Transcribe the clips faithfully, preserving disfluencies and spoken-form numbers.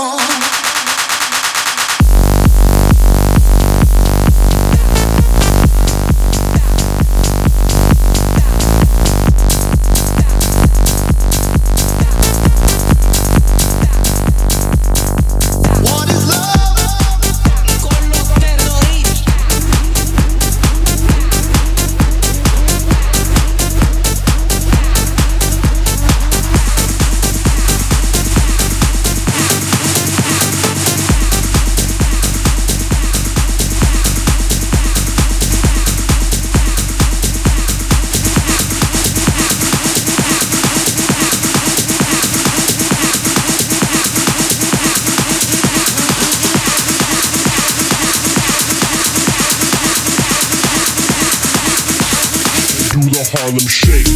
Do the Harlem Shake.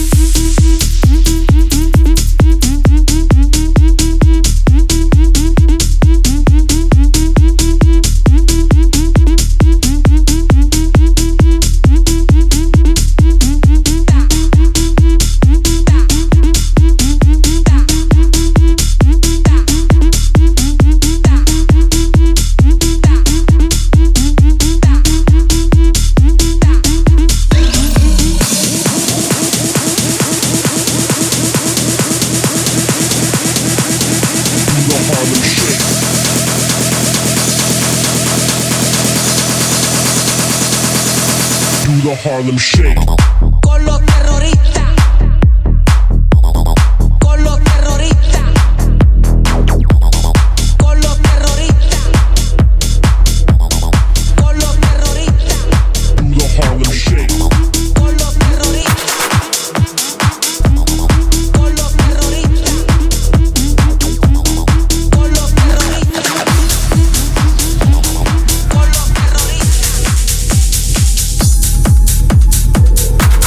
Do the Harlem Shake. Con los terroristas. Con los terroristas. Con los terroristas. Con los terroristas. Do the Harlem Shake. Con los terroristas. Con los terroristas. Con los terroristas. Con los terroristas.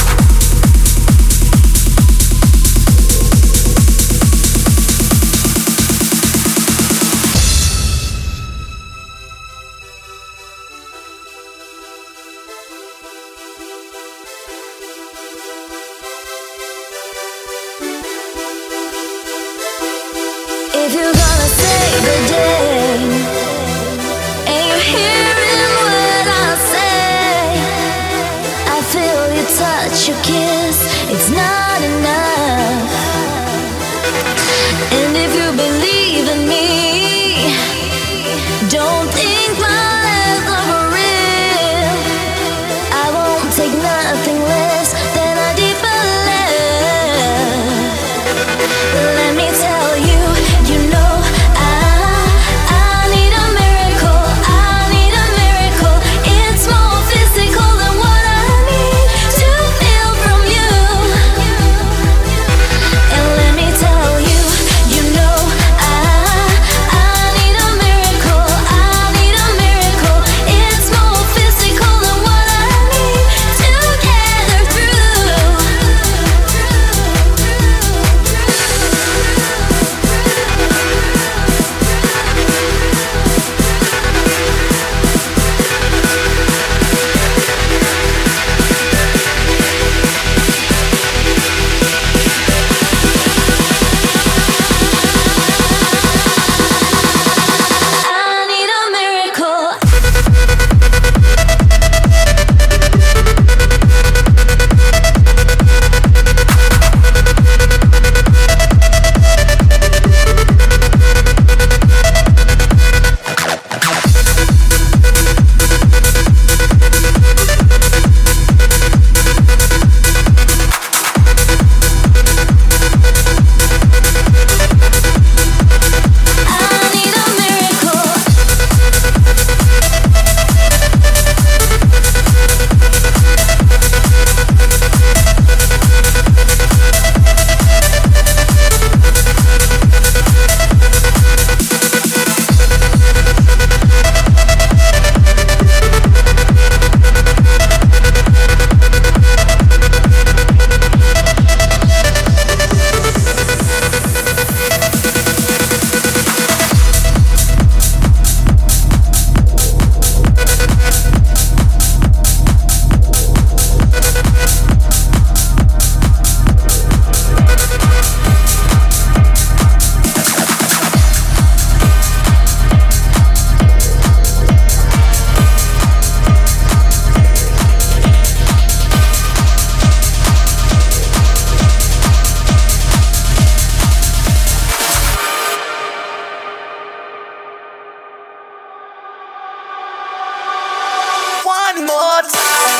more time.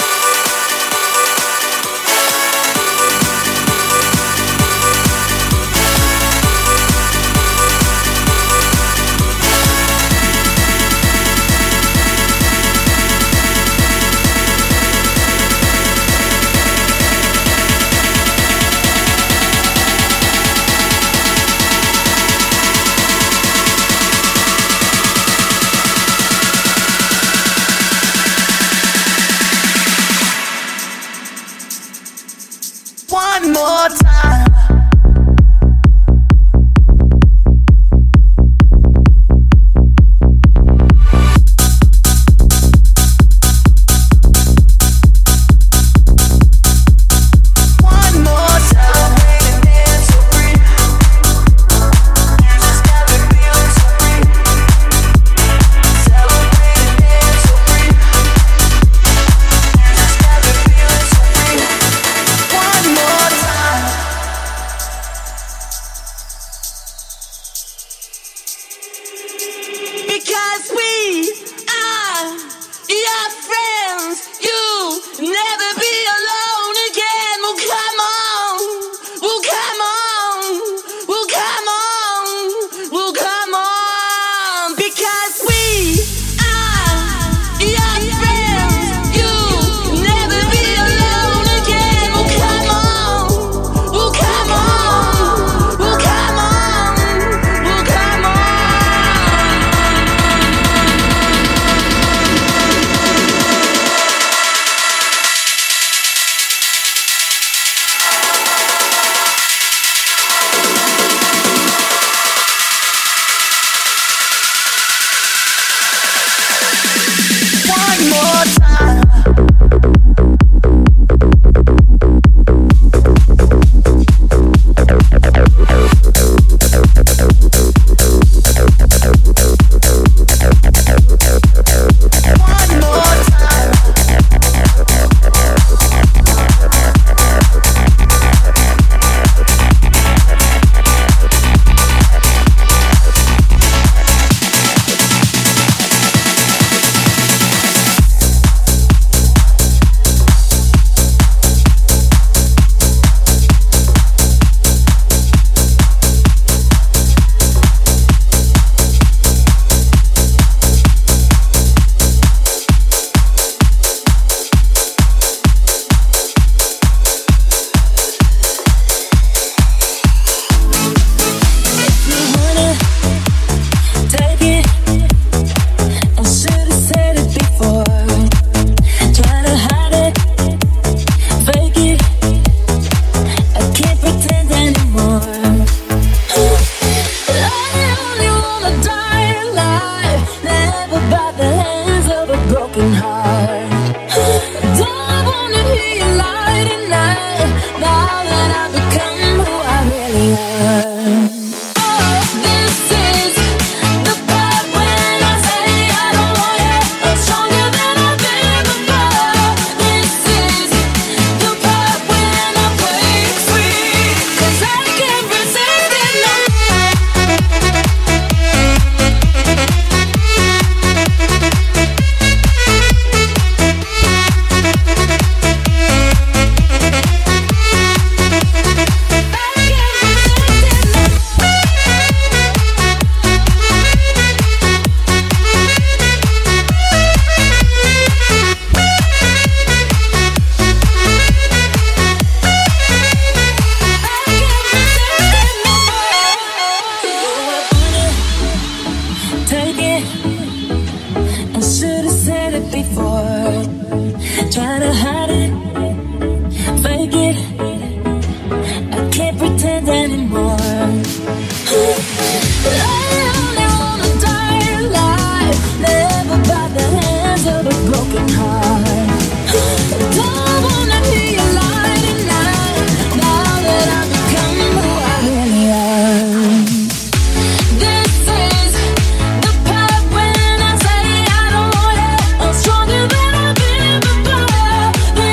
One more time. This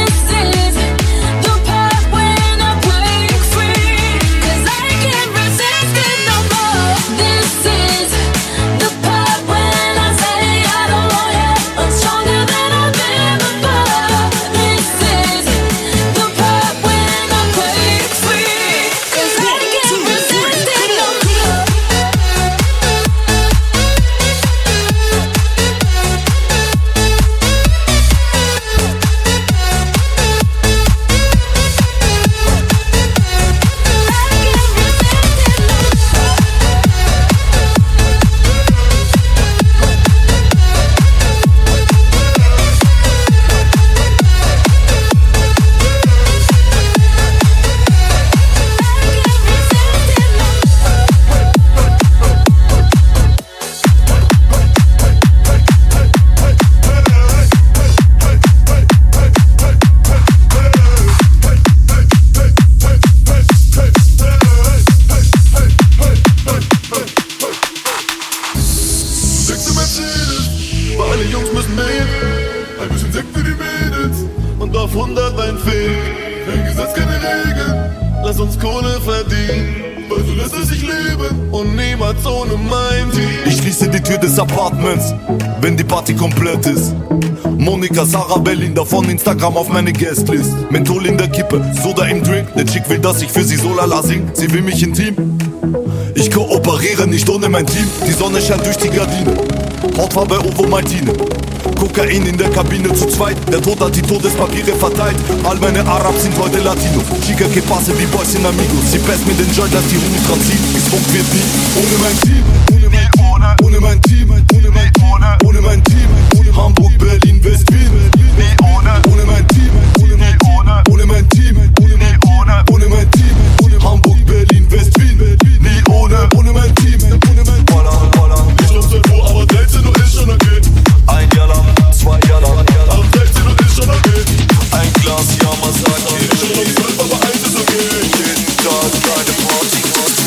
Alle Jungs müssen mähen, ein bisschen Sekt für die Mädels und auf hundert ein Fake. Kein Gesetz, keine Regeln, lass uns Kohle verdienen, weil so lässt es sich leben und niemals ohne mein Team. Ich schließe die Tür des Apartments, wenn die Party komplett ist. Monika, Sarah, Belinda von Instagram auf meine Guestlist. Menthol in der Kippe, Soda im Drink. Der Chick will, dass ich für sie so lala sing. Sie will mich intim. Ich kooperiere nicht ohne mein Team. Die Sonne scheint durch die Gardine. Hautfarbe Ovomaltine. Kokain in der Kabine zu zweit. Der Tod hat die Todespapiere verteilt. All meine Arabs sind heute Latino. Chica que passe wie Boys in Amigos. Sie presst mir den Joint, dass die Hunde dran zieht. Gesmoked wird nie. Ohne mein Team. Ohne mein ohne, ohne mein Team. Ohne mein ohne, ohne mein Team. Ohne Hamburg, Berlin, West-Wien. Nie ohne, ohne mein Team. Ohne mein ohne, ohne mein Team. Ohne mein ohne, ohne mein Team. Ohne Hamburg, Berlin, West-Wien. Nie ohne, ohne mein Team. Ohne mein Voller, voller. Ich glaub zwölf Uhr, aber dreizehn Uhr ist schon okay. Ein Jahr lang, zwei Jahre lang. Ab dreizehn Uhr ist schon okay. Ein Glas Yamazaki. Ich schon um zwölf, aber eins ist okay. Jeden Tag keine Party.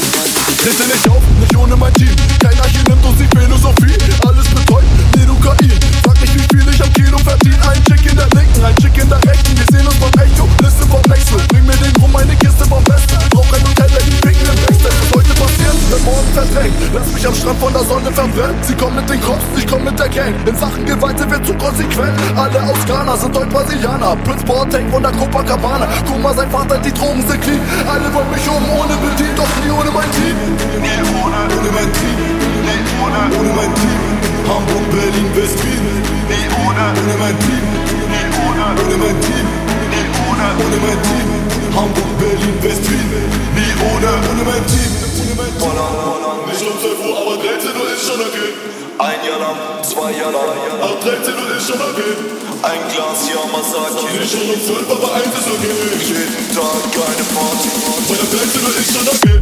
Trete nicht auf, nicht ohne mein Team. Keiner hier nimmt uns die Philosophie. Alles betäubt, Nedokain. Frag nicht, wie viel ich am Kilo verdiene. Ein Chick in der linken, ein Chick in der rechten. Wir sehen uns beim Echo, Liste vom Nexus. Bring mir den rum, meine Kiste vom Besten. Brauch ein Hotel, wenn ich pinken im Backstage. Was heute passiert, wird morgen verdrängt. Lass mich am Strand von der Sonne verbrennen. Sie kommen mit den Cops, ich komm mit der Gang. In Sachen Gewalt sind wir zu konsequent. Alle aus Ghana sind heute Brasilianer. Prince Boateng von der Copacabana. Guck mal, sein Vater, die Drogen sind clean. Alle wollen mich um ohne bedient, doch nie ohne mein Team. Nie ohne, ohne mein Team. Nie ohne, ohne mein Team. Hamburg, Berlin, West-Wien. Nie ohne, ohne mein Team. Nie ohne, ohne mein Team. Nie ohne, ohne mein Team. Hamburg, Berlin, West-Wien. Nie ohne, ohne mein Team. Voller, voller. Nicht um zwölf Uhr, aber dreizehn Uhr ist schon okay. Ein Jahr lang, zwei Jahre lang. Ab dreizehn Uhr ist schon okay. Ein Glas Yamazaki. Ich schon um zwölf, aber eins ist okay. Jeden Tag keine Party. Weil ab dreizehn Uhr ist schon okay.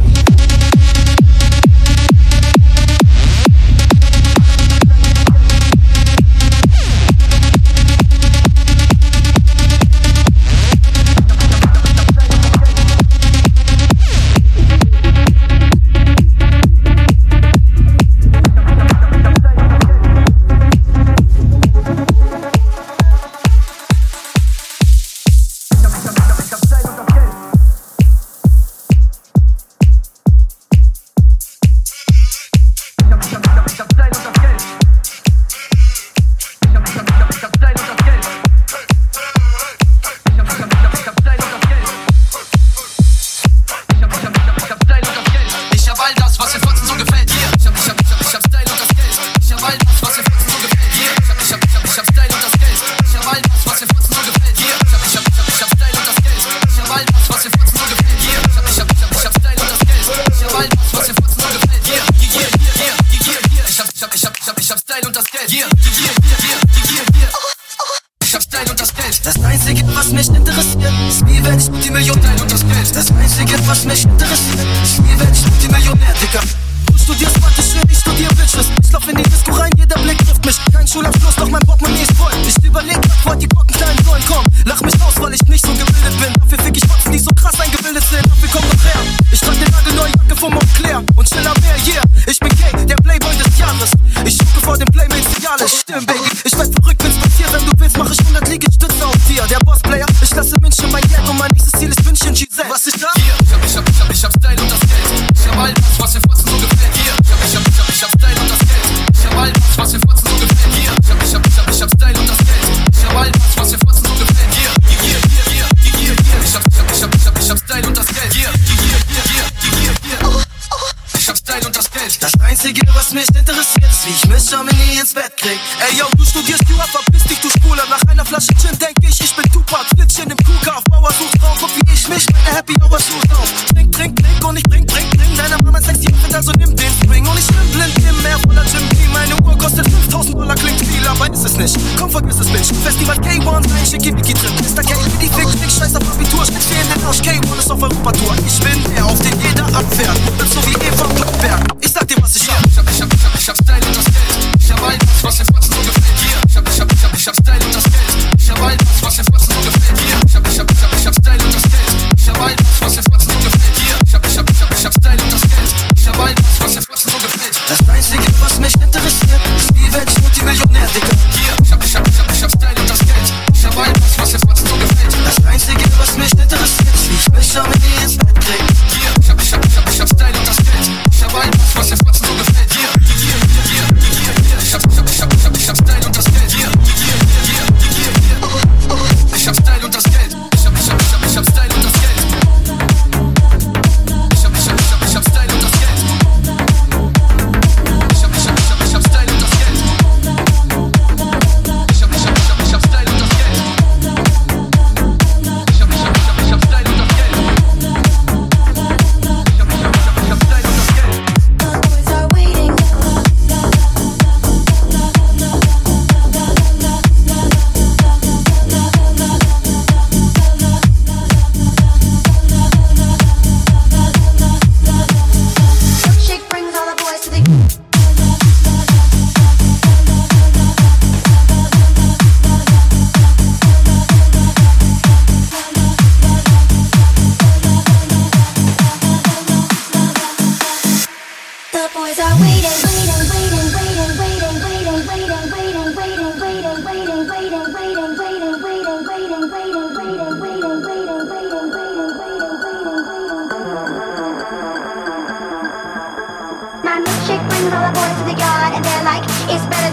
Das Einzige, was mich interessiert, ist wie wenn ich mit die Million teile und das Geld. Das Einzige, was mich interessiert, ist wie wenn ich mit die Millionär, Digga. Du studierst Mathe schön, ich studier Bitches. Ich lauf in die Disco rein, jeder Blick trifft mich. Kein Schulabschluss, doch mein Portemonnaie ist voll. Ich überleg, bevor die Glocken kleinen sollen kommen. Lach mich aus, weil ich nicht so gebildet bin. Dafür fick ich Fotzen, die so krass eingebildet sind. Dafür kommt noch her. Ich trag den nagelneue Jacke vom Montclair und chill am Meer, yeah. Ich bin gay, der Playboy des Jahres. Ich schucke vor den Playmates, die alles stimmt, Baby. Ich werd verrückt, wenn's passiert. Wenn du willst, mach ich hundert Liegestütze auf dir. Der Bossplayer, ich lasse München mein Geld und mein nächstes Ziel ist München G Z. Was ist da? Hier, ich hab, ich hab, ich hab, ich hab Style und das Geld. Ich hab all das, was den Fotzen so gefällt. Hier, ich hab, ich hab, ich hab, ich hab Style und das Geld. Ich hab all das, was den Fotzen so gefällt. Hier, ich hab, ich hab, ich hab, ich hab Style und das Geld. Ich hab all das, was den Fotzen so gefällt. Hier, hier, hier, hier, hier, hier, hier. Ich hab, ich hab, ich hab, ich hab, ich hab Style und das Geld. Hier, hier, hier, hier, hier, hier, hier. Ich hab Style und das Geld. Das Einzige, was mich interessiert, ist, wie ich Miss Germany ins Bett krieg. Ey, yo, du studierst du ab, verpiss dich, du Spuler. Nach einer Flasche Gin denk ich, ich bin Tupac. Flitzchen im Kuhkauf, Bauer sucht Frau, guck wie ich mich, meine Happy Hour sucht auf. Trink, trink, trink und ich bring, bring, bring. Deine Mama ist sexy, also nimm den Spring. Und ich schwimm blind im Meer voller Jim Beam. Meine Uhr kostet fünftausend Dollar, klingt viel, aber ist es nicht. Komm, vergiss es, Bitch. Festival K eins, ein Schickimicki drin. Mister K, wie die Fick, Fick, scheiß auf Abitur. Schnitt in den Arsch, K eins ist auf Europatour. Ich bin der, auf den jeder abfährt. Bin so wie Eva Blockberg. Ich sag dir, was ich hab. Ich hab, ich hab, ich hab, ich hab Style und das Geld. Ich hab all das, was den Fotzen so gefällt. Hier, ich hab, ich hab, ich hab, ich hab Style und das Geld. Ich hab all das, was den Fotzen so gefällt. Hier, ich hab, ich hab, ich hab, ich hab Style und das Geld. Ich hab all das, was den Fotzen so gefällt. Hier, ich hab, ich hab, ich hab, ich hab Style und das Geld. Ich hab all das, was den Fotzen so gefällt. Das Einzige, was mich interessiert, ist wie wenn ich Multimillionär, Digga. Hier,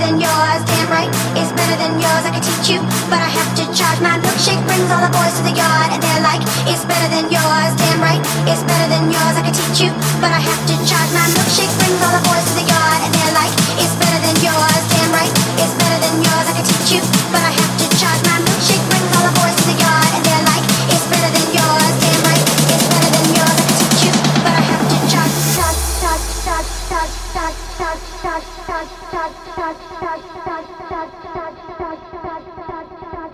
than yours, damn right, it's better than yours. I can teach you, but I have to charge. My milkshake brings all the boys to the yard, and they're like, it's better than yours, damn right, it's better than yours. I can teach you, but I have to charge. My milkshake brings all the boys to the yard, and they're like, it's better than yours, damn right, it's better than yours. I can teach you, but I have to charge. My milkshake brings all the boys to the yard, and they're like, it's better than yours, damn right, it's better than yours. I can teach you, but I have to charge. Charge, charge, charge, charge, charge, charge, charge, charge, charge, charge, charge, charge, charge, charge, charge, charge,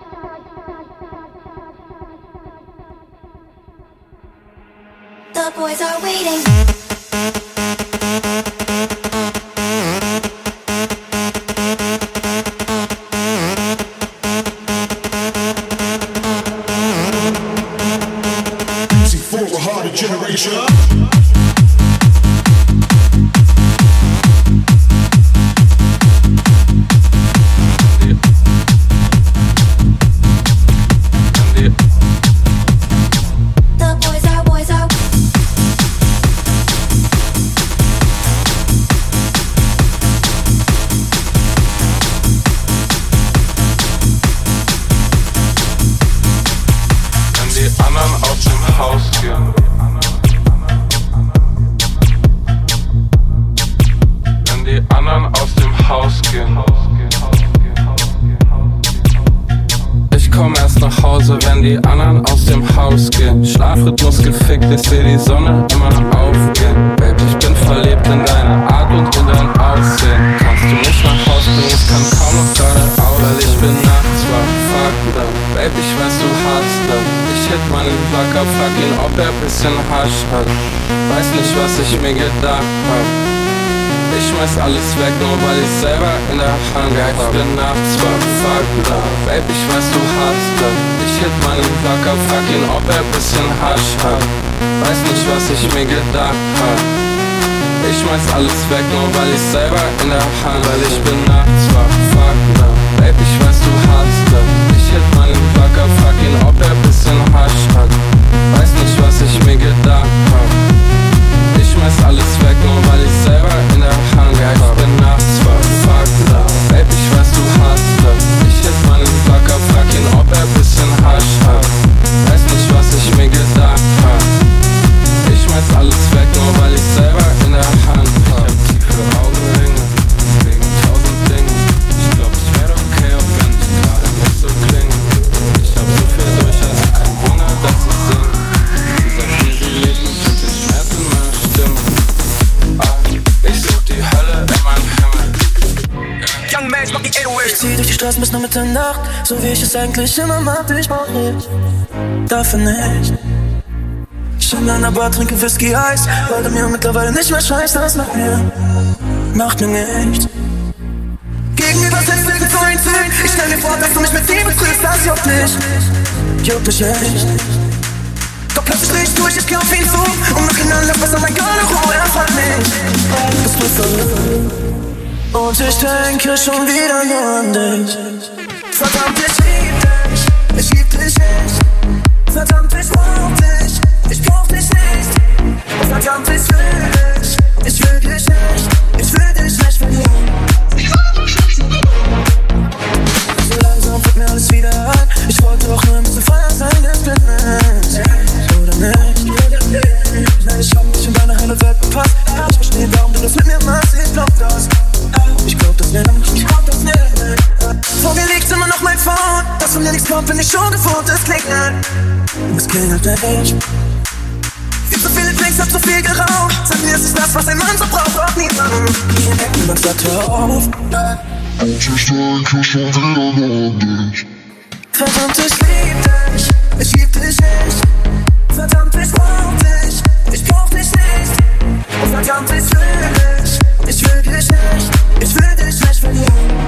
charge. The boys are waiting. Generation. Die anderen aus dem Haus gehen. Schlafrhythmus gefickt, ich seh die Sonne immer aufgehen. Baby, ich bin verliebt in deine Art und in dein Aussehen. Kannst du mich nach Haus bringen, ich kann kaum noch geradeaus, weil ich bin nachts wach, fuck da. Baby, ich weiß, du hast das. Ich hit meinen Wacker, frag ihn, ob er bisschen Hasch hat. Weiß nicht, was ich mir gedacht hab. Ich schmeiß alles weg, nur weil ich selber in der Hand hab. Ich bin nachts wach, fuck da. Baby, ich weiß, du hast das. Ich hit meinen Wacker, frag ihn, ob er bisschen Hasch hat. Weiß nicht, was ich mir gedacht hab. Ich schmeiß alles weg, nur weil ich selber in der Hand. Weil ich bin nachts wach, fuck da. Baby, ich weiß, du hast das. Ich hit meinen Wacker, frag ihn, ob er bisschen Hasch hat. Weiß nicht, was ich mir gedacht hab. Ich schmeiß alles weg, nur weil ich selber in der Hand hab. Ich bin nachts wach, fuck da. Baby, ich weiß, du hast das. Ich hit meinen Wacker, frag ihn, ob er bisschen Hasch hat. Weiß nicht, was ich mir gedacht hab. Ich schmeiß alles weg, nur weil ich selber in der Hand hab. Ich hab tiefe Augenringe, wegen tausend Dingen. Ich glaub, ich wär okay, auch wenn ich gerade nicht so klinge. Ich hab so viel durch, also kein Wunder, dass ich sing. Dieser Krise lebt mich und den Schmerz in meiner Stimme. Ah, ich such die Hölle in meinem Himmel. Young Max, mach die acht null acht. Ich zieh durch die Straßen bis nach Mitternacht, so wie ich es eigentlich immer mach. Ich brauch nicht, dafür nicht. Ich bin an der Bar, trinke Whisky Eis, weil du mir mittlerweile nicht mehr scheißt. Das macht mir, macht mir nichts. Gegenüber sitzt irgendwo ein Typ. Ich stell mir vor, dass du mich mit ihm begrüßt. Das juckt nicht, juckt dich echt. Doch plötzlich dreh ich durch, ich geh auf ihn zu. Und noch genau läuft was an mein Garderobe. Er fragt mich, bist du verrückt? Und ich denke schon wieder nur an dich. Verdammt, ich lieb dich, ich lieb dich echt. Verdammt, ich brauch dich, ich brauch dich nicht. Verdammt, ich will dich, ich will dich nicht. Ich will dich nicht verlieren. So langsam fällt mir alles wieder ein. Ich wollte doch nur ein bisschen feiern sein, das bin ich. Oder nicht? Nein, ich hab dich in deine heile Welt gepasst. Ich versteh, warum du das mit mir machst. Ich glaub das, ich glaub das nicht, ich glaub das nicht. Vor mir liegt immer noch mein Phone. Dass von dir nichts kommt, bin ich schon gewohnt. Es klingelt, es klingelt nicht. Viel zu viele Drinks, hab zu viel geraucht. Sag mir, es ist das, was ein Mann so braucht. Auch niemand, niemand sagt, hör auf. Und ich denke schon wieder nur an dich. Verdammt, ich lieb dich, ich lieb dich echt. Verdammt, ich brauch dich, ich brauch dich nicht. Und verdammt, ich will dich, ich will dich nicht. Ich will dich nicht verlieren.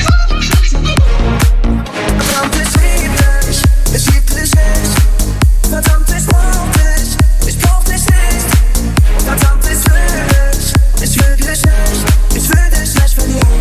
Verdammt, ich lieb dich, ich lieb dich echt. Verdammt, ich brauch dich, ich brauch dich nicht. Verdammt, ich will dich, ich will dich nicht. Ich will dich nicht verlieren.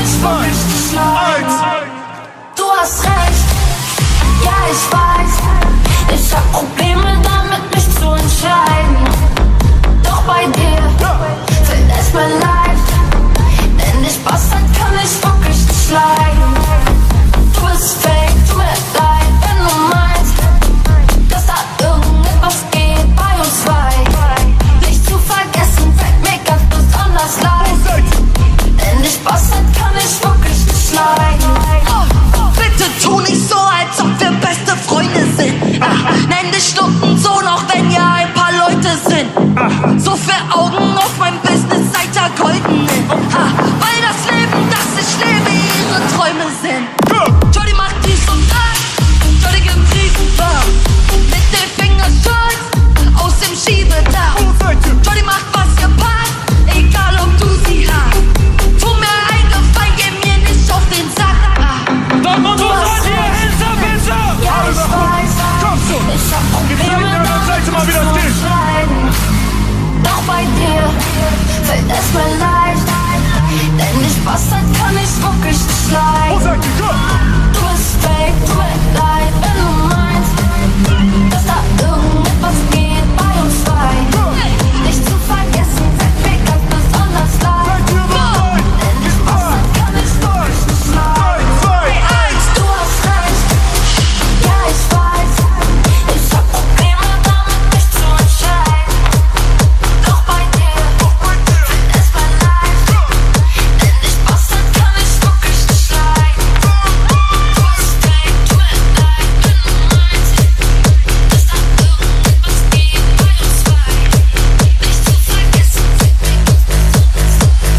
ich wirklich nicht leiden. Du hast recht, ja ich weiß. Ich hab Probleme damit, mich zu entscheiden. Doch bei dir fällt es mir leicht, denn dich Bastard kann ich wirklich nicht leiden. Du bist fake, tut mir leid, wenn du meinst, dass da irgendetwas geht bei uns zwei. Nicht zu vergessen fällt mir ganz besonders leid, denn dich Bastard kann ich wirklich nicht leiden. Bitte tu nicht so, als ob wir beste Freunde sind. Ach, nenn dich Stundensohn, auch wenn ja ein paar Leute sind. Ach, so für Augen auf meinem Business seid ihr golden. Ach, weil das Leben, das ich lebe, ihre Träume sind. Jody macht dies und das, Jody gibt Riesenbar. Mit den Fingern stolz aus dem Schiebedach. Jody macht, was ihr passt, egal ob du sie hast. Tu mir einen Gefallen, geh mir nicht auf den Sack. Du hast recht, ja ich weiß, ich hab Probleme damit zu entscheiden. Doch bei dir fällt es mir leicht, denn ich Bastard kann ich wirklich nicht leiden. Du bist fake, tut mir leid, wenn du meinst, dass da irgendetwas geht bei uns zwei. Nicht zu vergessen, fällt mir ganz besonders leid, denn ich Bastard kann ich wirklich nicht leiden. Du hast recht, ja ich weiß, ich hab Probleme damit, mich zu entscheiden. Doch bei dir fällt es mir leicht, denn ich Bastard kann ich wirklich nicht leiden. Du hast recht, tut mir leid, wenn du meinst, dass da irgendetwas geht bei uns zwei. Nicht zu vergessen, fällt mir ganz besonders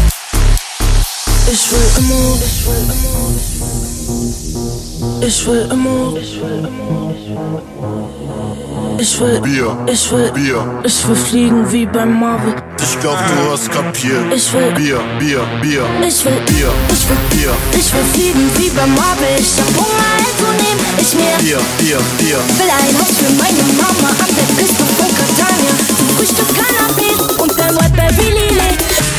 leid. Ich will immer, ich will immer, ich will, Bier, ich will, Bier. ich will fliegen wie beim Marvel. Ich glaub, du hast kapiert. Ich will Bier, Bier, Bier. Ich will, Bier, ich will, Bier. ich will fliegen wie beim Marvel. Ich hab Hunger, also nehm ich mir Bier, Bier, Bier. will ein Haus für meine Mama an der Küste von Catania. Zum Frühstück Cannabis und dann White Baby Lily.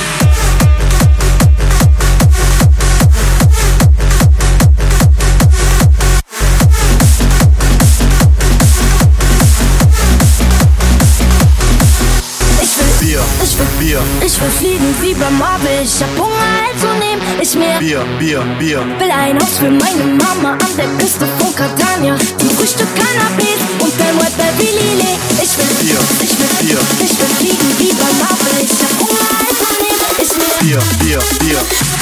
Ich will, Bier, ich will fliegen wie beim Marvel. Ich hab Hunger, also nehm ich mir Bier, Bier, Bier. will ein Haus für meine Mama an der Küste von Catania. Zum Frühstück Cannabis und dann White Baby Lily. Ich will, Bier, ich will, Bier. ich will fliegen wie beim Marvel. Ich hab Hunger, also nehm ich mir Bier, Bier, Bier.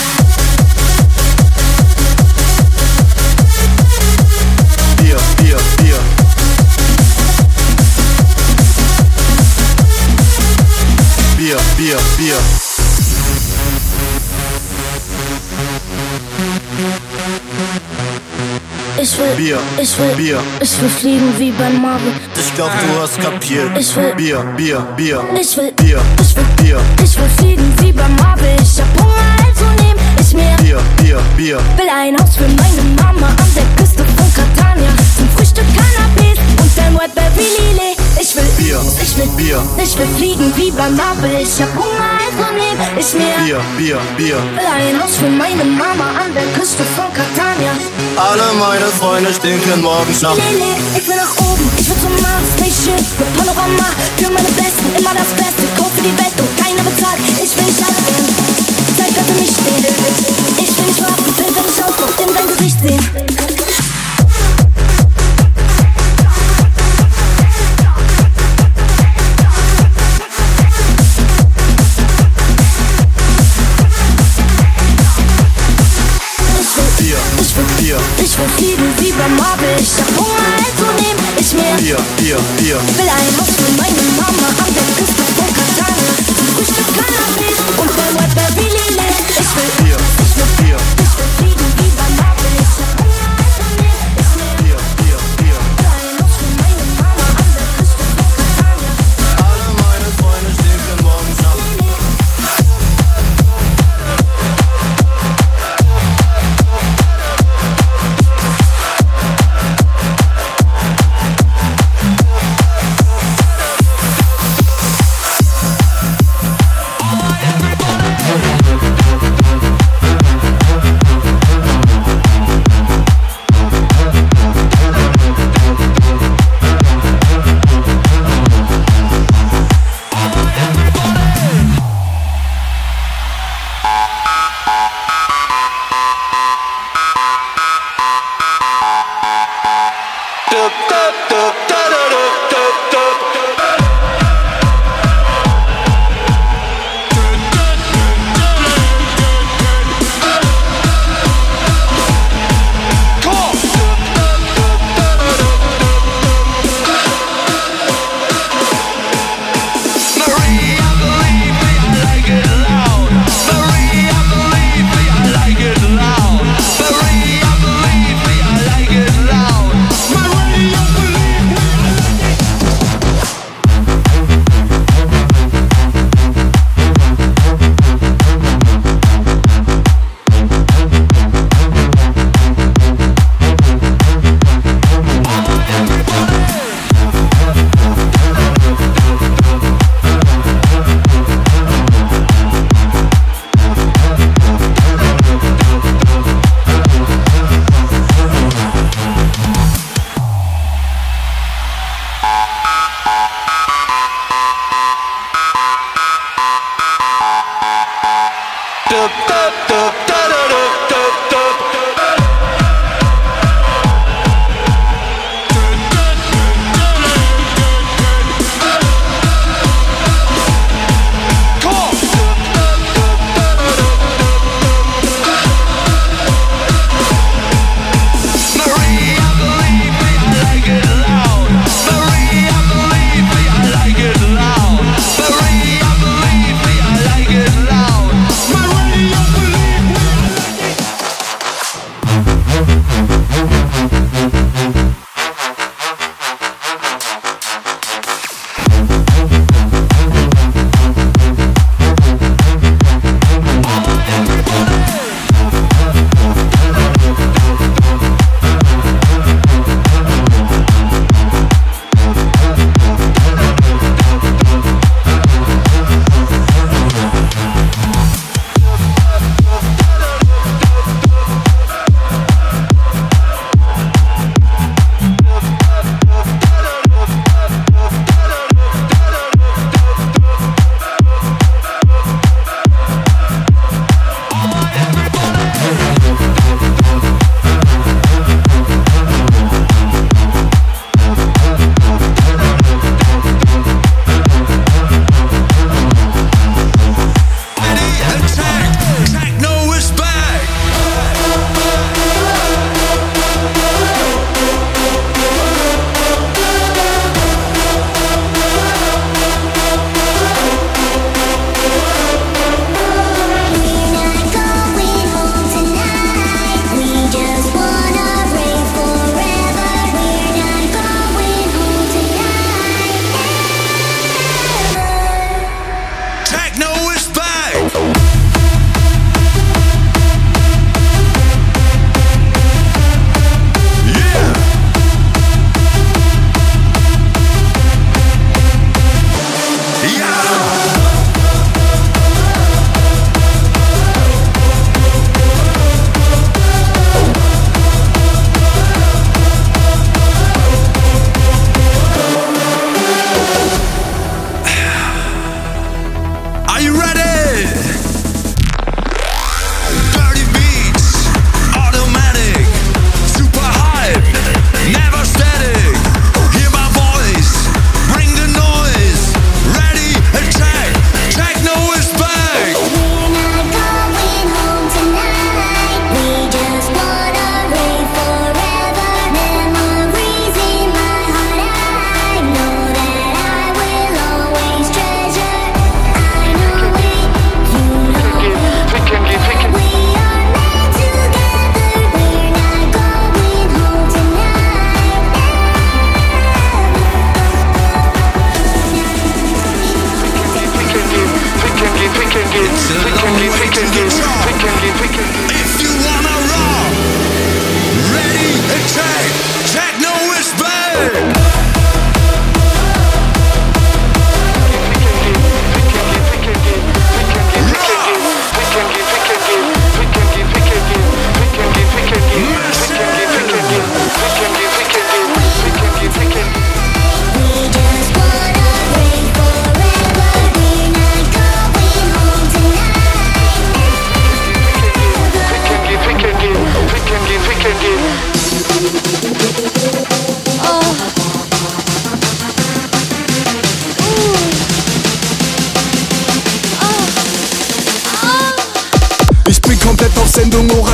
Bier, Bier, Bier. Bier, Bier, Bier. Ich will, Bier, ich will, Bier. ich will fliegen wie beim Marvel. Ich glaub, du hast kapiert. Ich will, Bier, Bier, Bier. ich will, Bier, ich will, Bier. ich will fliegen wie beim Marvel. Ich hab Hunger, also nehm ich mir Bier, Bier, Bier. will ein Haus für meine Mama an der Küste von Catania. Zum Frühstück Cannabis und dann White Baby Lily. Ich will, Bier, ich will, Bier. ich will fliegen wie beim Marvel. Ich hab Hunger, also nehm ich mir Bier, Bier, Bier. will ein Haus für meine Mama an der Küste von Catania. Alle meine Freunde stinken morgens nach. Lele, ich will nach oben, ich will zum Mars, Spaceship mit Panorama. Für meine Besten immer das Beste, Code für die Welt und keiner bezahlt. Ich will nicht allein, Zeit wird für mich stehen. Ich will nicht warten, will, wenn ich aufkomme, in dein Gesicht sehen. Ich will, Bier, ich will fliegen wie beim Marvel. Ich hab Hunger, also nehm ich mir Bier, Bier, Bier. will ein Haus für meine Mama an der Küste von Catania. Zum Frühstück Cannabis und dann White Baby Lily. Ich will, Bier, ich will, Bier. ich will fliegen wie beim Marvel. Ich hab Hunger, also nehm ich mir Bier, Bier, Bier. will ein Haus für meine Mama an der Küste von Catania. Alle meine Freunde stinken morgens nach.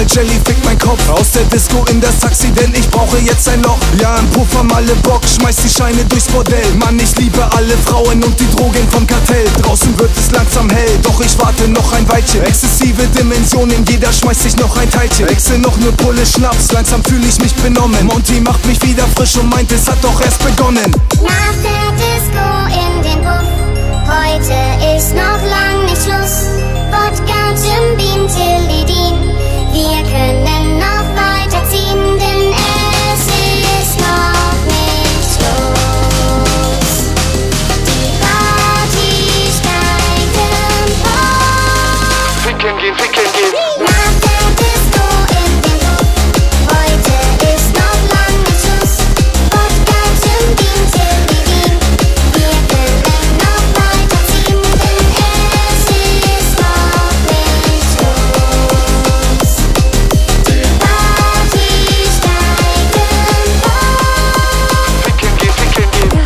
Jelly fickt mein Kopf. Aus der Disco in das Taxi, denn ich brauche jetzt ein Loch. Ja, ein Puffer, Malle, Bock, schmeiß die Scheine durchs Bordell. Mann, ich liebe alle Frauen und die Drogen vom Kartell. Draußen wird es langsam hell, doch ich warte noch ein Weilchen. Exzessive Dimensionen, jeder schmeißt sich noch ein Teilchen. Wechsel noch nur Pulle, Schnaps, langsam fühle ich mich benommen. Monty macht mich wieder frisch und meint, es hat doch erst begonnen. Nach der Disco in den Puff, heute ist noch lang nicht Schluss. Wodka, Jim Beam, Tilidin, wir können noch weiterziehen, denn es ist noch nicht Schluss. Die Party steigt empor. Ficken gehen, ficken gehen. Nach der Disco in den Puff, heute ist noch lang nicht Schluss. Wodka, Jim Beam, Tilidin, wir können noch weiterziehen, denn es ist noch nicht Schluss. Die Party steigt empor. Ficken gehen, ficken gehen.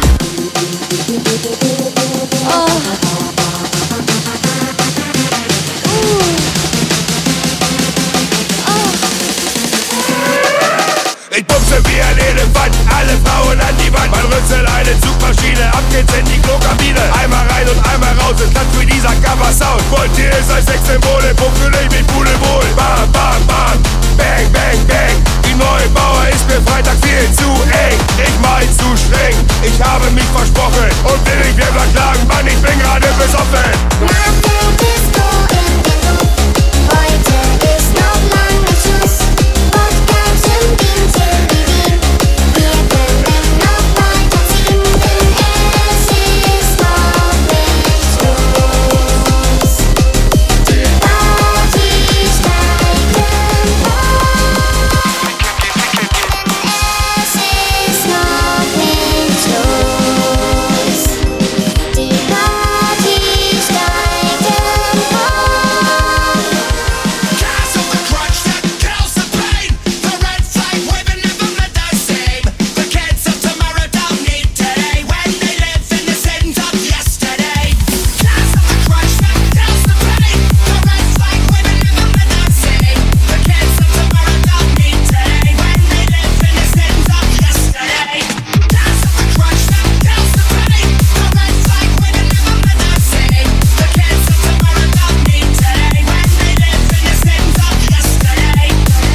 Ich bumse wie ein Elefant, alle Frauen an die Wand. Mein Rüssel eine Zugmaschine, ab geht's in die Klokabine. Einmal rein und einmal raus, es tanzt wie dieser Cover-Sound. Wollt ihr es als Sexsymbole, fühle ich mich pudelwohl. Bam, bam, bam, bang, bang, bang. Die Neubauer ist mir Freitag viel zu eng. Ich mein zu streng, ich habe mich versprochen und will nicht mehr verklagen, Mann, ich bin gerade besoffen. Nach der Disco in den Puff, heute ist noch lang nicht Schluss. Wodka, Jim Beam, Tilidin, wir können noch weiterziehen, denn es ist noch nicht Schluss. Die Party steigt empor. Es ist noch nicht Schluss. Die Party steigt empor. Cast of the crunch that kills the pain. The red flag waving never meant the same. The kids of tomorrow don't need today when they live in the sins of yesterday. Cast of the crunch that kills the pain. The red flag waving never meant the same. The kids of tomorrow don't need today when they live in the sins of yesterday. Cast of the crunch that kills the pain. The red flag waving never meant the same. The kids of tomorrow don't need today when they live in the sins of yesterday.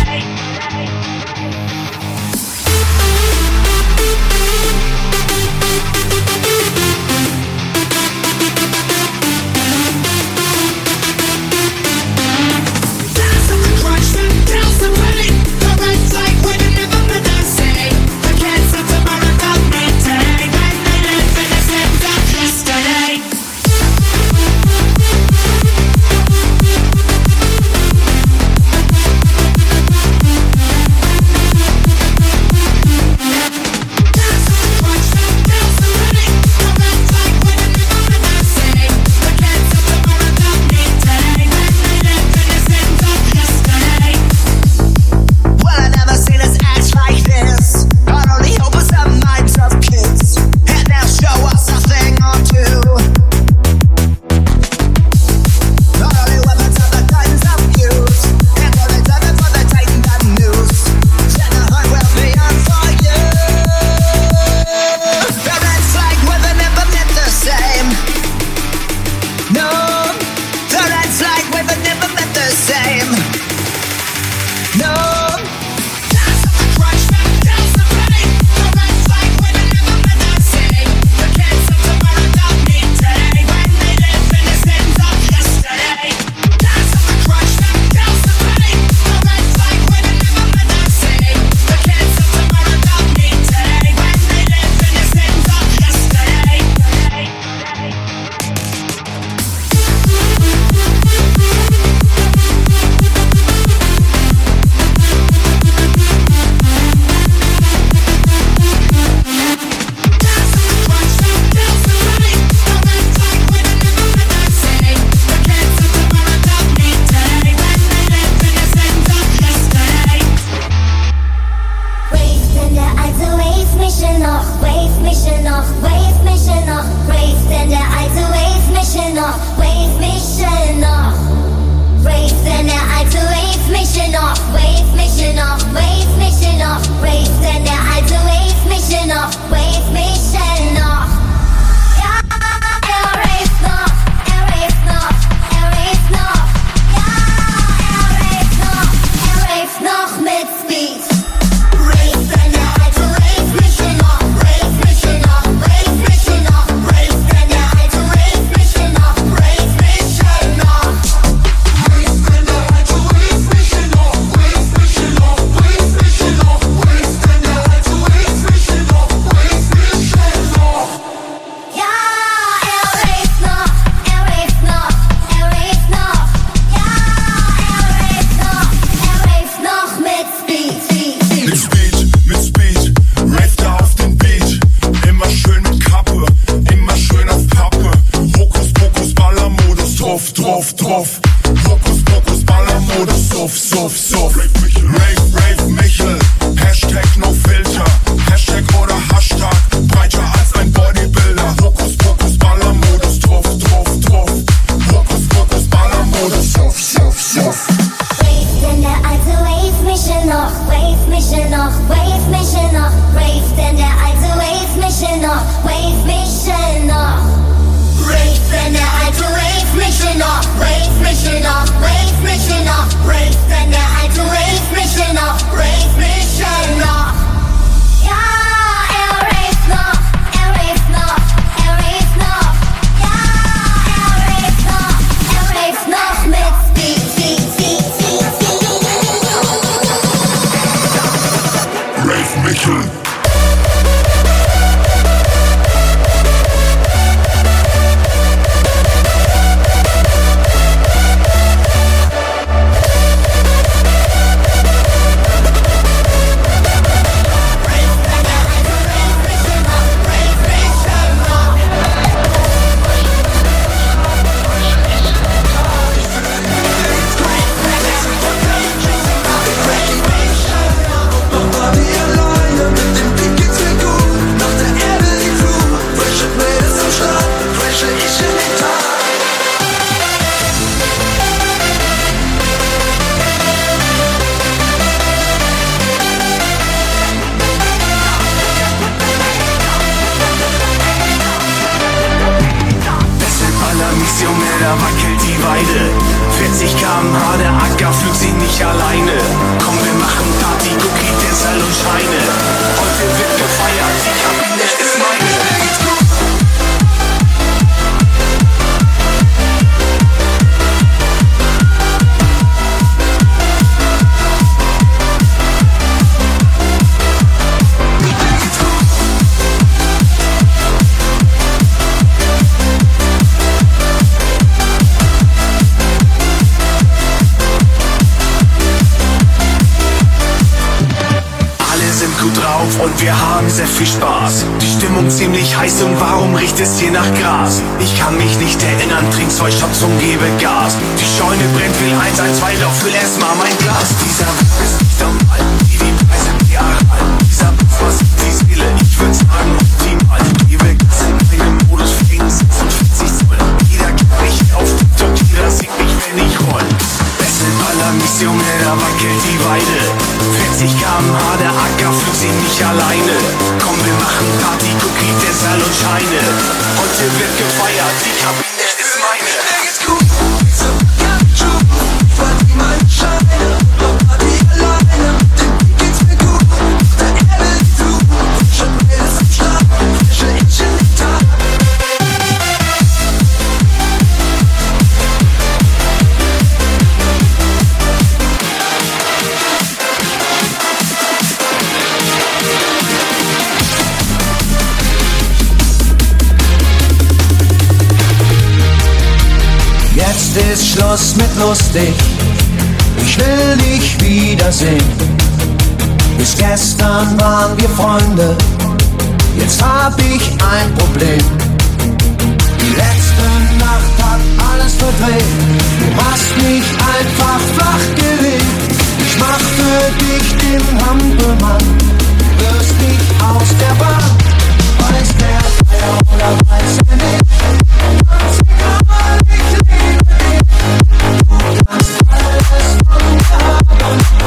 Cast of the crunch that kills the pain. The red flag waving never meant the same. The kids of tomorrow don't need today when they live in the sins of yesterday. Well, I never seen us act like this. I'd only hope us have minds of kids. And now show us something or two. Not only weapons are the guns of use. And all the time for the titan gun news. Set the hunt will be on for you. The red flag weather never meant the same. No, the red flag weather never meant the same. No. Cast of the crunch that kills the pain. The red flag weather never meant the same. The kids of tomorrow don't need today when they live in the sins of yesterday. Cast of the crunch that kills the pain. The red flag weather never meant the same. The kids of tomorrow don't need today when they live in the sins of yesterday. Wave mich noch, Wave, denn der alte Wave mische noch. noch, Wave Michel noch, Wave Michel noch, Wave, denn der alte Wave Michel noch, Wave Michel noch. Ja, er rave noch, er rave noch, er rave noch. Ja, er rave noch, er rave noch mit Speed. Rave, denn der alte Wave Michel noch, Wave Michel noch, Wave Michel noch, Wave, denn der alte Wave Michel noch, Wave Michel noch. Wave, denn der alte Wave Michel noch, Wave Michel noch, Wave Michel noch, Wave, denn der alte Wave Michel noch, Wave Michel noch. Ja, er rave noch, er rave noch, er rave noch. Ja, er rave noch, er rave noch mit Speed, Speed, Speed. Mit Speed, mit Speed, rave da auf den Beat. Immer schön mit Kappe, immer schön auf Pappe. Hokus Pokus Ballermodus, drauf, drauf, drauf. Hokus Pokus Ballermodus, suff, suff, suff. Rave, Rave Michel, Hashtag no filter. Hashtag oder Hashtag, breiter als ein Bodybuilder. Hokus Pokus Ballermodus, drauf, drauf, drauf. Hokus Pokus Ballermodus, suff, suff, suff. Wave, denn der alte Wave Michel noch, Wave Michel noch, Wave Michel noch, Wave, denn der alte Wave Michel noch, Wave Michel noch. Rave, denn der alte Wave Michel noch, Wave Michel noch, Wave Michel noch, Rave, denn der alte Wave Michel noch, Wave Michel noch. Ja, er rave noch, er rave noch, er rave noch. Ja, er rave noch, er rave noch mit Speed, Speed, Speed, Speed, Speed. Rave Michel. Da wackelt die Weide, vierzig Kilometer pro Stunde, der Acker fühlt sich nicht alleine. Komm, wir machen Party, Cookie, Dessert und Scheine. Heute wird gefeiert, die Kabine ist meine. Und wir haben sehr viel Spaß. Die Stimmung ziemlich heiß und warum riecht es hier nach Gras? Ich kann mich nicht erinnern, trink zwei Shots und gebe Gas. Die Scheune brennt, will eins, eins, zwei, doch füll erstmal mein Glas. Dieser Buch ist nicht normal, wie die Preise real. Dieser Buch was die Seele, ich würd sagen optimal. Gebe Gas in meinem Modus, fliegen sechsundvierzig Zoll. Jeder gibt mich auf TikTok, jeder sieht mich, wenn ich roll. Beste Ballermission, da wackelt die Weide. vierzig Kilometer pro Stunde, der Acker fühlt sich nicht alleine. Komm, wir machen Party, Cookie, Dessert und Scheine. Heute wird gefeiert, die Kabine ist meine. Mir geht's gut, so kann ich schon. Party, meine Scheine, Party alleine. Dem geht's mir gut, der Erde die Flut. Schon Mädels am Start, frische Ich in den Tag. Jetzt ist Schluss mit lustig, ich will dich wiedersehen. Bis gestern waren wir Freunde, jetzt hab ich ein Problem. Die letzte Nacht hat alles verdreht, du hast mich einfach flach gelegt. Ich mach für dich den Hampelmann, du wirst nicht aus der Bahn. Weiß der Feier oder weiß er nicht, ganz egal, ich liebe dich. Du kannst alles von mir haben.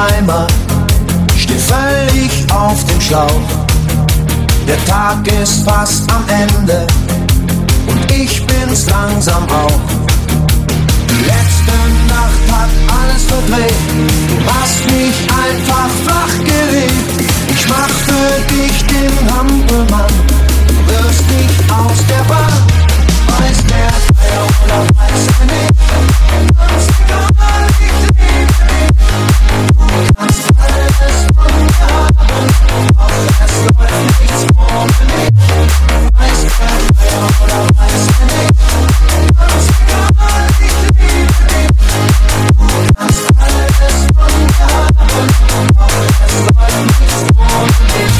Heimat, steh völlig auf dem Schlauch. Der Tag ist fast am Ende und ich bin's langsam auch. Die letzte Nacht hat alles verdreht, du hast mich einfach flach gelegt. Ich mach für dich den Hampelmann, du wirst nicht aus der Bahn. Weiß der Feier oder weiß er nicht, ganz egal, ich liebe dich. Du kannst alles von mir haben, doch es läuft nichts ohne mich. Weiß der Feier oder weiß er nicht, ganz egal, ich liebe dich. Du kannst alles von mir haben, doch es läuft nichts ohne mich.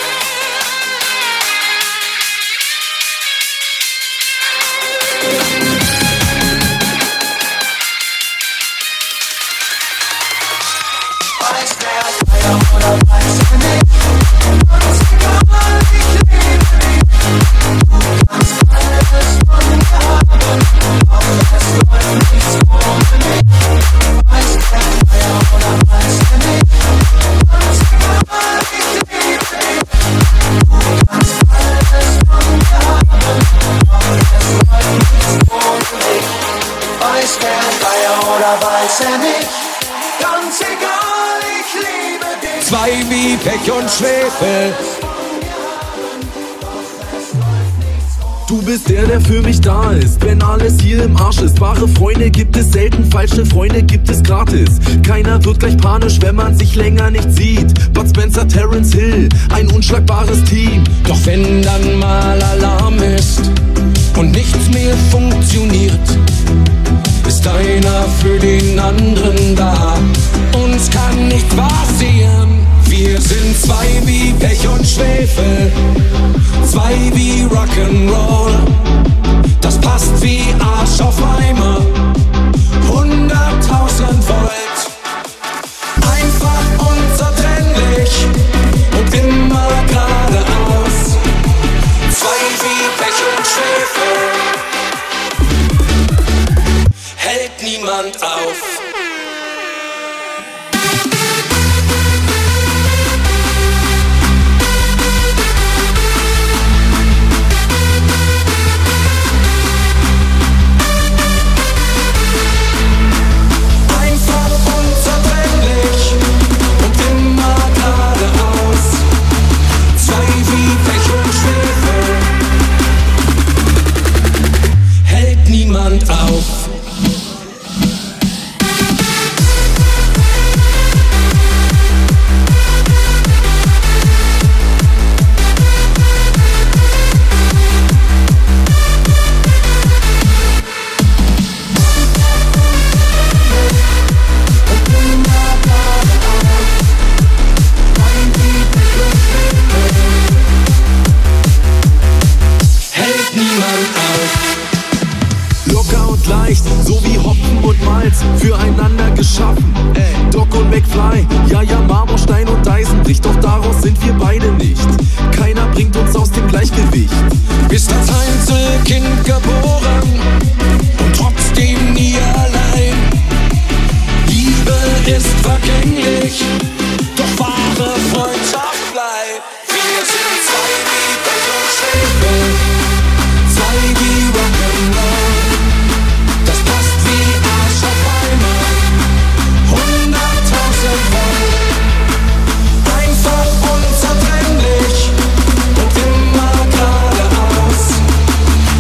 Zwei wie Pech und Schwefel. Du bist der, der für mich da ist, wenn alles hier im Arsch ist. Wahre Freunde gibt es selten, falsche Freunde gibt es gratis. Keiner wird gleich panisch, wenn man sich länger nicht sieht. Bud Spencer, Terence Hill, ein unschlagbares Team. Doch wenn dann mal Alarm ist und nichts mehr funktioniert, ist einer für den anderen da. Uns kann nichts passieren. Wir sind zwei wie Pech und Schwefel, zwei wie Rock'n'Roll. Das passt wie Arsch auf Eimer, hunderttausend Volt. Einfach unzertrennlich und immer geradeaus. Zwei wie Pech und Schwefel, hält niemand auf. Auf. Hält niemand auf. Locker und leicht, so wie Hopfen und Malz, füreinander geschaffen. Ey, Doc und McFly, ja ja, Marmorstein und Eisenbricht, doch daraus sind wir beide nicht. Keiner bringt uns aus dem Gleichgewicht. Bist als Einzelkind geboren und trotzdem nie allein. Liebe ist vergänglich, doch wahre Freundschaft bleibt. Wir sind zwei wie Pech und Schwefel, zwei wie Rock'n'Roll. Das passt wie Arsch auf Eimer, hunderttausend Volt. Einfach unzertrennlich und immer geradeaus.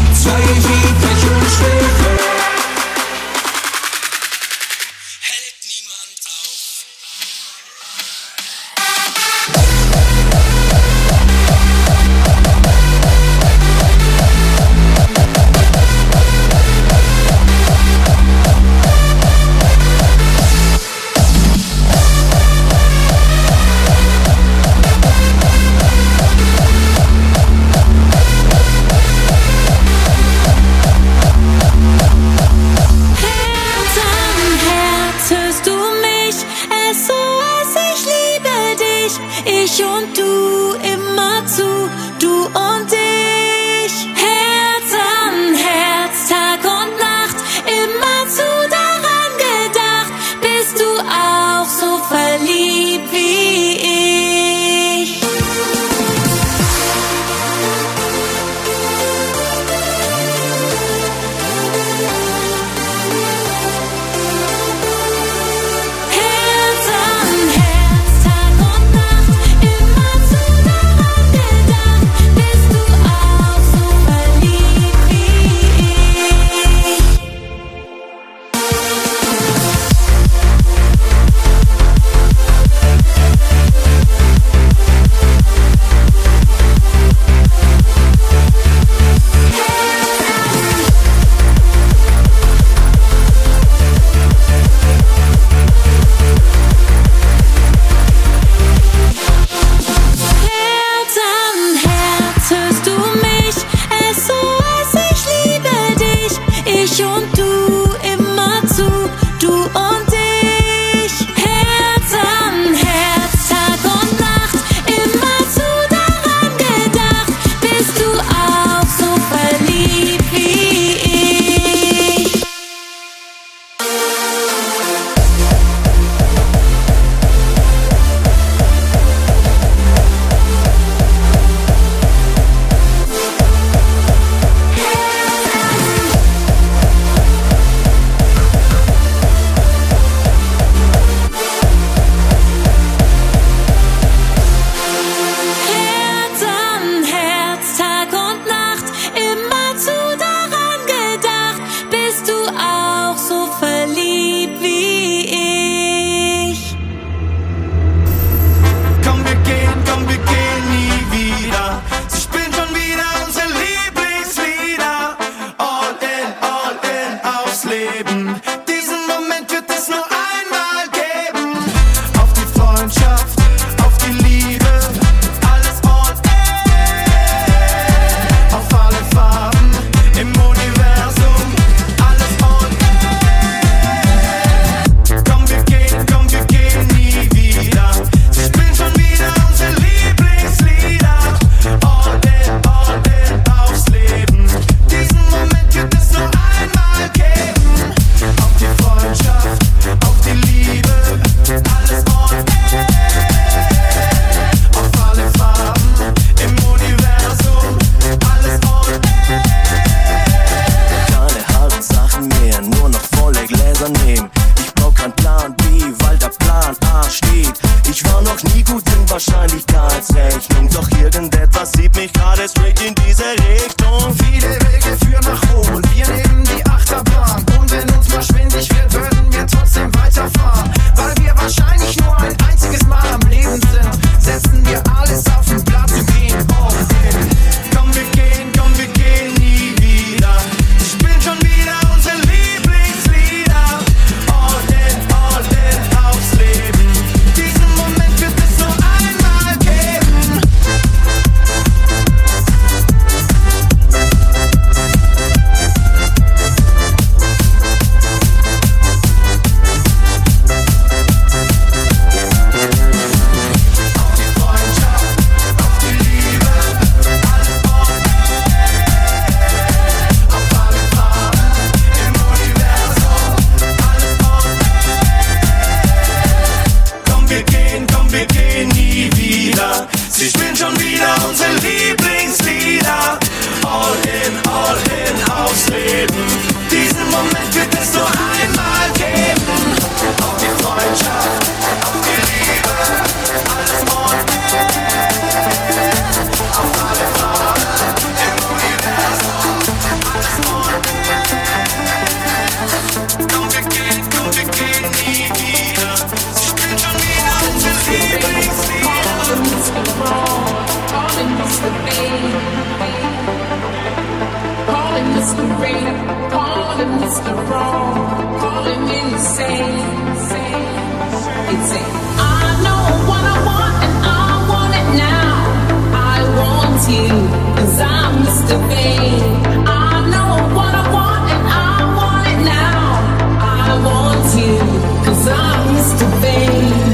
calling Mister Right, calling Mister Wrong, calling me insane. It's a, I know what I want and I want it now. I want you, cause I'm Mister Vain. I know what I want and I want it now. I want you, cause I'm Mister Vain.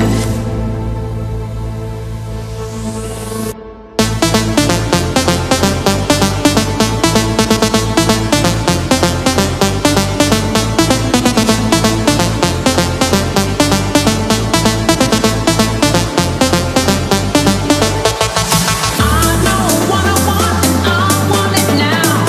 I know what I want and I want it now.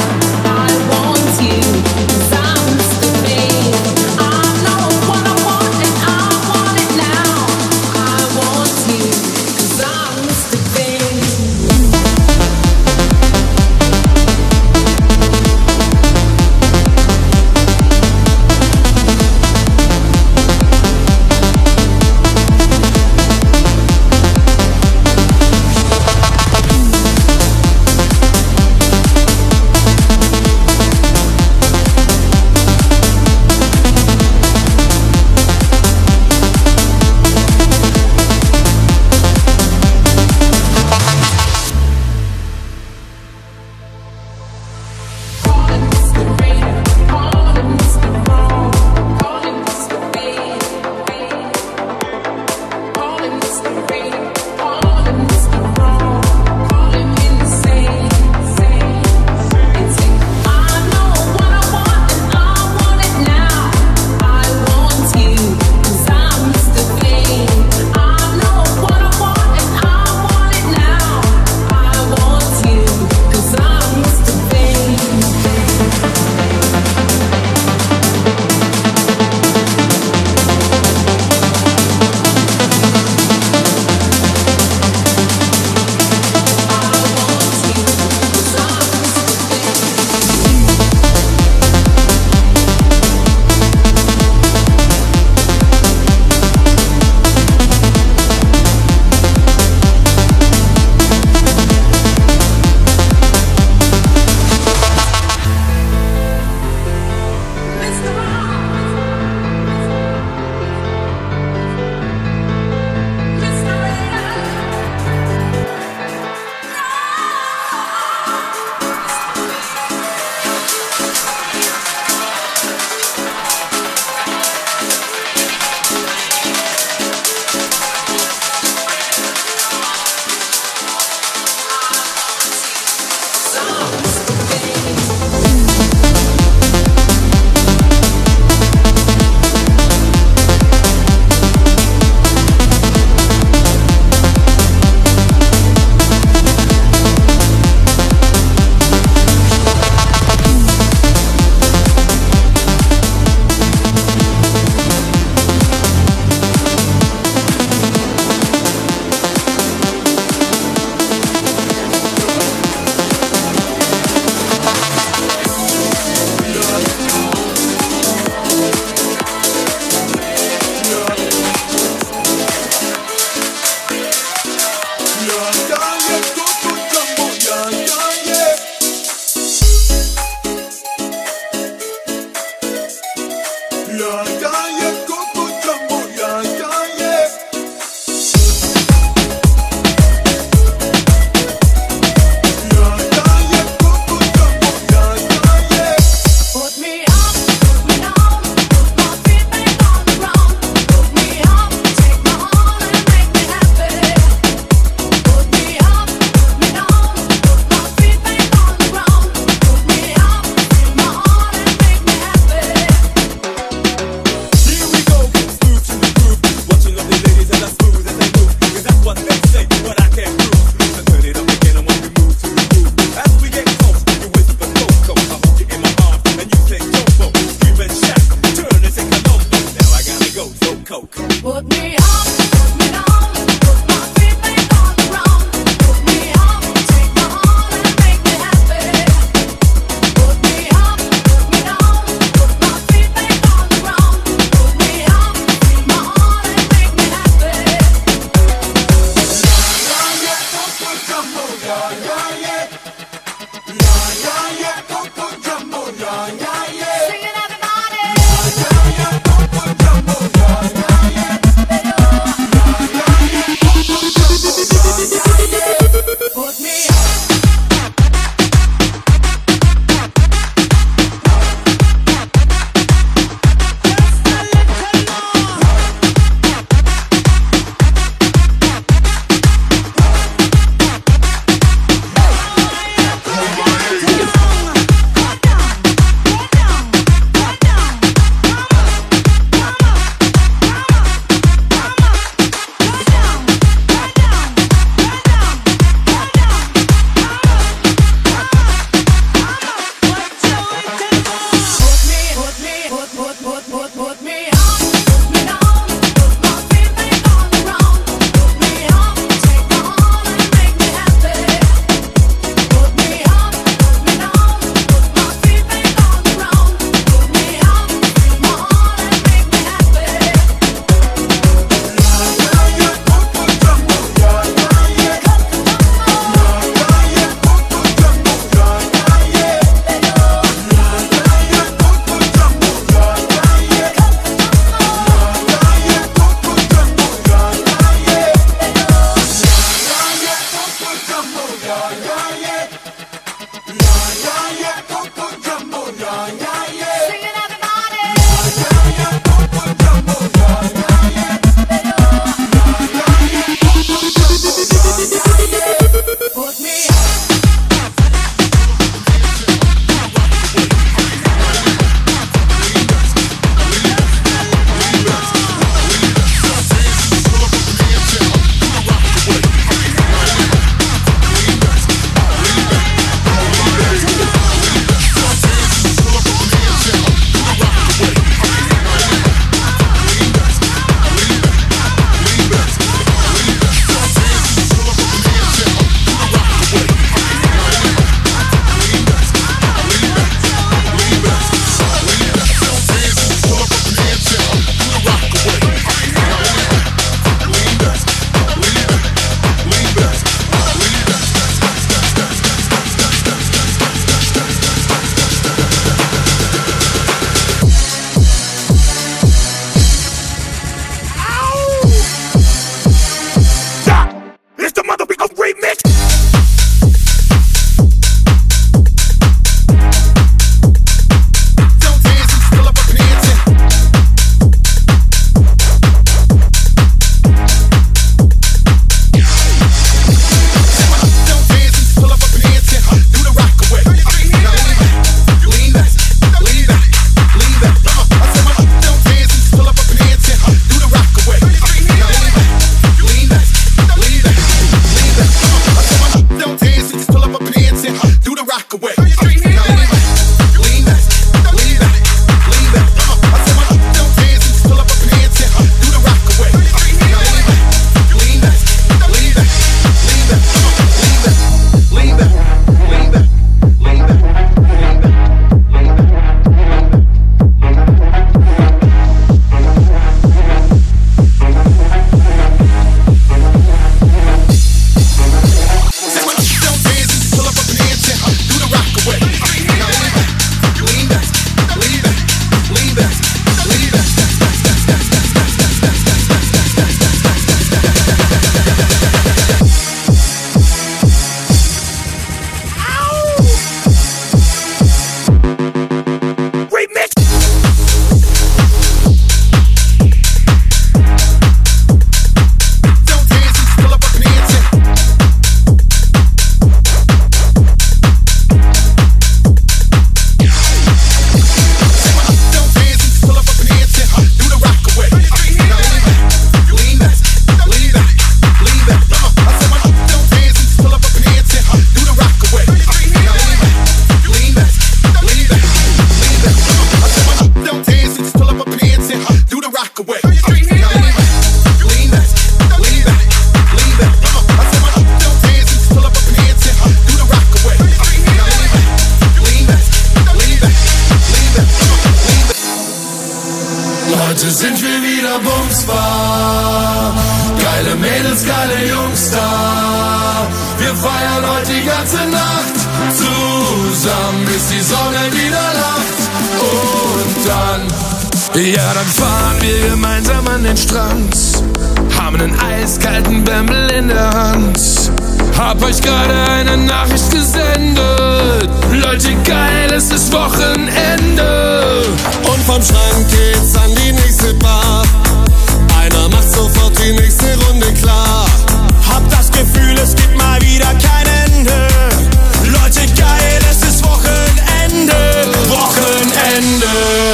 heute sind wir wieder bumsbar. Geile Mädels, geile Jungs da. Wir feiern heute die ganze Nacht zusammen, bis die Sonne wieder lacht. Und dann, ja, dann fahren wir gemeinsam an den Strand, haben einen eiskalten Bämbel in der Hand. Hab euch gerade eine Nachricht gesendet. Leute, geil, es ist Wochenende. Und vom Schrank geht's an die nächste Bar. Einer macht sofort die nächste Runde klar. Hab das Gefühl, es gibt mal wieder kein Ende. Leute, geil, es ist Wochenende. Wochenende.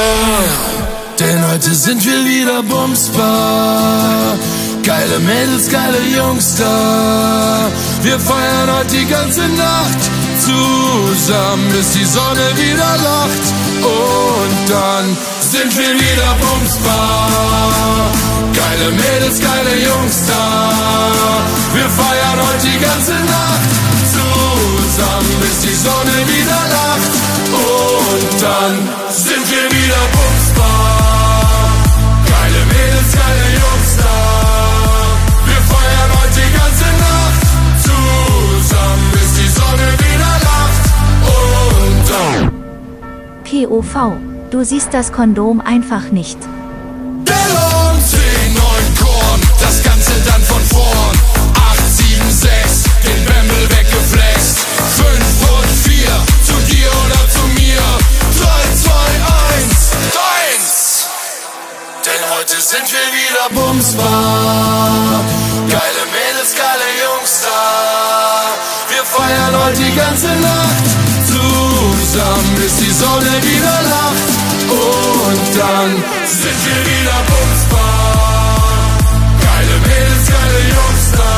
Denn heute sind wir wieder bumsbar. Geile Mädels, geile Jungs da. Wir feiern heute die ganze Nacht zusammen, bis die Sonne wieder lacht. Und dann sind wir wieder bumsbar. Geile Mädels, geile Jungs da. Wir feiern heute die ganze Nacht zusammen, bis die Sonne wieder lacht. Und dann sind wir wieder bumsbar. Geile Mädels, geile Jungs da. Wir feiern heute die ganze Nacht zusammen, bis die Sonne wieder lacht. Und dann P O V, du siehst das Kondom einfach nicht. Bellon, zehn, neun Korn, das Ganze dann von vorn. acht, sieben, sechs, den Bämbel weggeflext. fünf und vier, zu dir oder zu mir. drei, zwei, eins, eins. Denn heute sind wir wieder bumsbar. Geile Mädels, geile Jungs da. Wir feiern heute die ganze Nacht zusammen, bis die Sonne wieder lacht. Und dann sind wir wieder bumsbar. Geile Mädels, geile Jungs da.